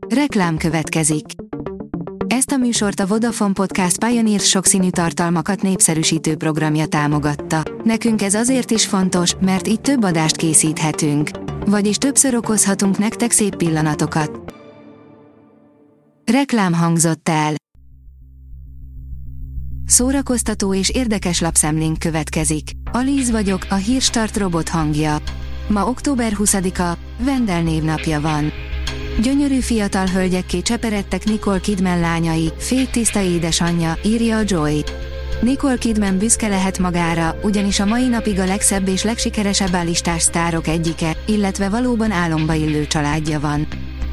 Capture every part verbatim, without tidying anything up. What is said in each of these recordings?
Reklám következik. Ezt a műsort a Vodafone Podcast Pioneer sokszínű tartalmakat népszerűsítő programja támogatta. Nekünk ez azért is fontos, mert így több adást készíthetünk. Vagyis többször okozhatunk nektek szép pillanatokat. Reklám hangzott el. Szórakoztató és érdekes lapszemlénk következik. Alíz vagyok, a Hírstart robot hangja. Ma október huszadika, Wendell névnapja van. Gyönyörű fiatal hölgyekké cseperedtek Nicole Kidman lányai, féktiszta édesanyja, írja a Joy. Nicole Kidman büszke lehet magára, ugyanis a mai napig a legszebb és legsikeresebb állistás sztárok egyike, illetve valóban álomba illő családja van.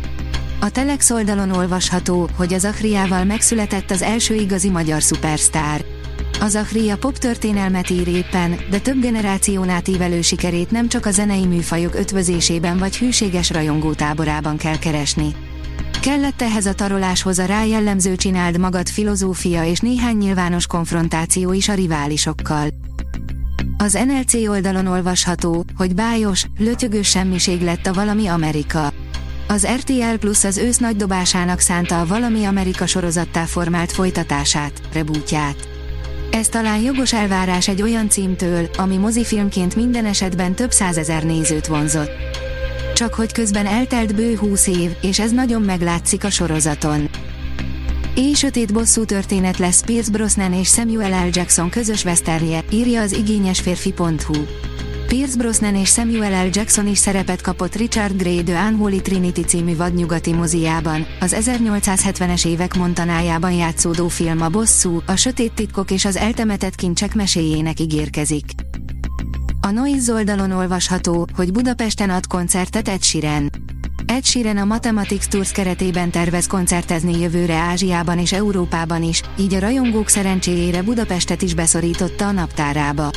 A Telex oldalon olvasható, hogy a Zachriával megszületett az első igazi magyar szupersztár. A Zachria pop történelmet ír éppen, de több generáción átívelő sikerét nem csak a zenei műfajok ötvözésében vagy hűséges rajongótáborában kell keresni. Kellett ehhez a taroláshoz a rá jellemző csináld magad filozófia és néhány nyilvános konfrontáció is a riválisokkal. Az en el cé oldalon olvasható, hogy bájos, lötyögős semmiség lett a Valami Amerika. Az er té el Plus az ősz nagy dobásának szánta a Valami Amerika sorozattá formált folytatását, rebootját. Ez talán jogos elvárás egy olyan címtől, ami mozifilmként minden esetben több százezer nézőt vonzott. Csak hogy közben eltelt bő húsz év, és ez nagyon meglátszik a sorozaton. Éjsötét bosszú történet lesz Pierce Brosnan és Samuel L. Jackson közös westernje, írja az igényesférfi pont hu. Pierce Brosnan és Samuel L. Jackson is szerepet kapott Richard Gray The Unholy Trinity című vadnyugati moziában. Az ezernyolcszázhetvenes évek Montanájában játszódó film a bosszú, a sötét titkok és az eltemetett kincsek meséjének ígérkezik. A Noise oldalon olvasható, hogy Budapesten ad koncertet Ed Sheeran. Ed Sheeran a Mathematics Tours keretében tervez koncertezni jövőre Ázsiában és Európában is, így a rajongók szerencséjére Budapestet is beszorította a naptárába.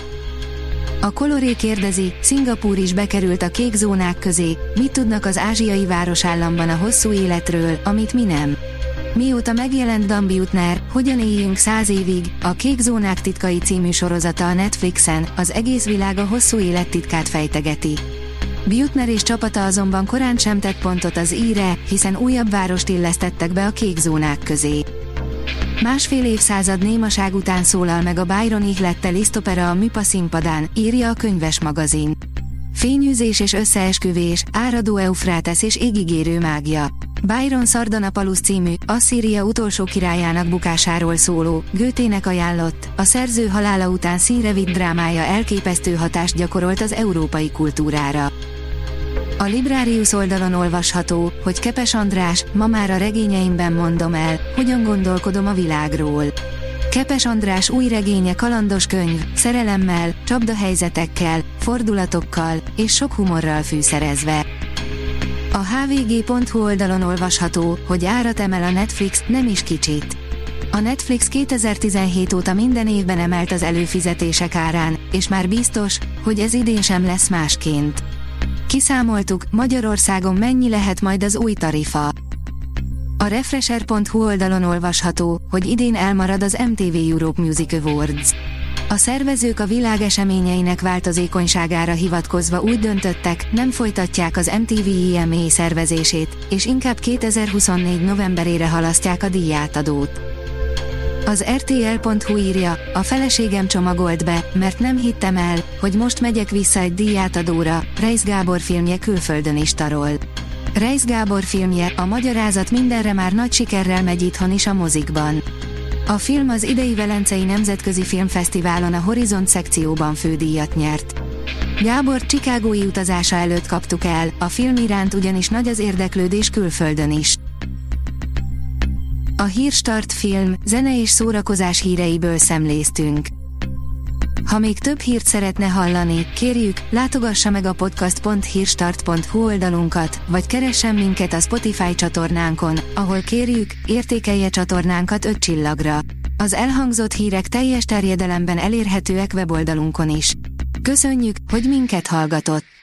A Coloré kérdezi, Szingapúr is bekerült a kék zónák közé, mit tudnak az ázsiai városállamban a hosszú életről, amit mi nem. Mióta megjelent Dan Buettner, Hogyan éljünk száz évig, a Kék zónák titkai című sorozata a Netflixen, az egész világ a hosszú élet titkát fejtegeti. Buettner és csapata azonban korán sem tett pontot az íre, hiszen újabb várost illesztettek be a kék zónák közé. Másfél évszázad némaság után szólal meg a Byron ihlette lisztopera a Műpa színpadán, írja a Könyves magazin. Fényűzés és összeesküvés, áradó Eufrátesz és égigérő mágia. Byron Sardanapalus című, Asszíria utolsó királyának bukásáról szóló, Goethének ajánlott, a szerző halála után színre vitt drámája elképesztő hatást gyakorolt az európai kultúrára. A Librarius oldalon olvasható, hogy Kepes András, ma már a regényeimben mondom el, hogyan gondolkodom a világról. Kepes András új regénye kalandos könyv, szerelemmel, csapdahelyzetekkel, fordulatokkal és sok humorral fűszerezve. A há vé gé pont hu oldalon olvasható, hogy árat emel a Netflix, nem is kicsit. A Netflix kétezer-tizenhét óta minden évben emelt az előfizetések árán, és már biztos, hogy ez idén sem lesz másként. Kiszámoltuk, Magyarországon mennyi lehet majd az új tarifa. A Refresher pont hu oldalon olvasható, hogy idén elmarad az em té vé Europe Music Awards. A szervezők a világ eseményeinek változékonyságára hivatkozva úgy döntöttek, nem folytatják az em té vé i em á szervezését, és inkább kétezer-huszonnégy novemberére halasztják a díjátadót. Az er té el pont hu írja, a feleségem csomagolt be, mert nem hittem el, hogy most megyek vissza egy díjátadóra, Reisz Gábor filmje külföldön is tarol. Reisz Gábor filmje, a magyarázat mindenre már nagy sikerrel megy itthon is a mozikban. A film az idei Velencei Nemzetközi Filmfesztiválon a Horizont szekcióban fődíjat nyert. Gábor chicagói utazása előtt kaptuk el, a film iránt ugyanis nagy az érdeklődés külföldön is. A Hírstart film, zene és szórakozás híreiből szemléztünk. Ha még több hírt szeretne hallani, kérjük, látogassa meg a podcast pont hírstart pont hu oldalunkat, vagy keressen minket a Spotify csatornánkon, ahol kérjük, értékelje csatornánkat öt csillagra. Az elhangzott hírek teljes terjedelemben elérhetőek weboldalunkon is. Köszönjük, hogy minket hallgatott!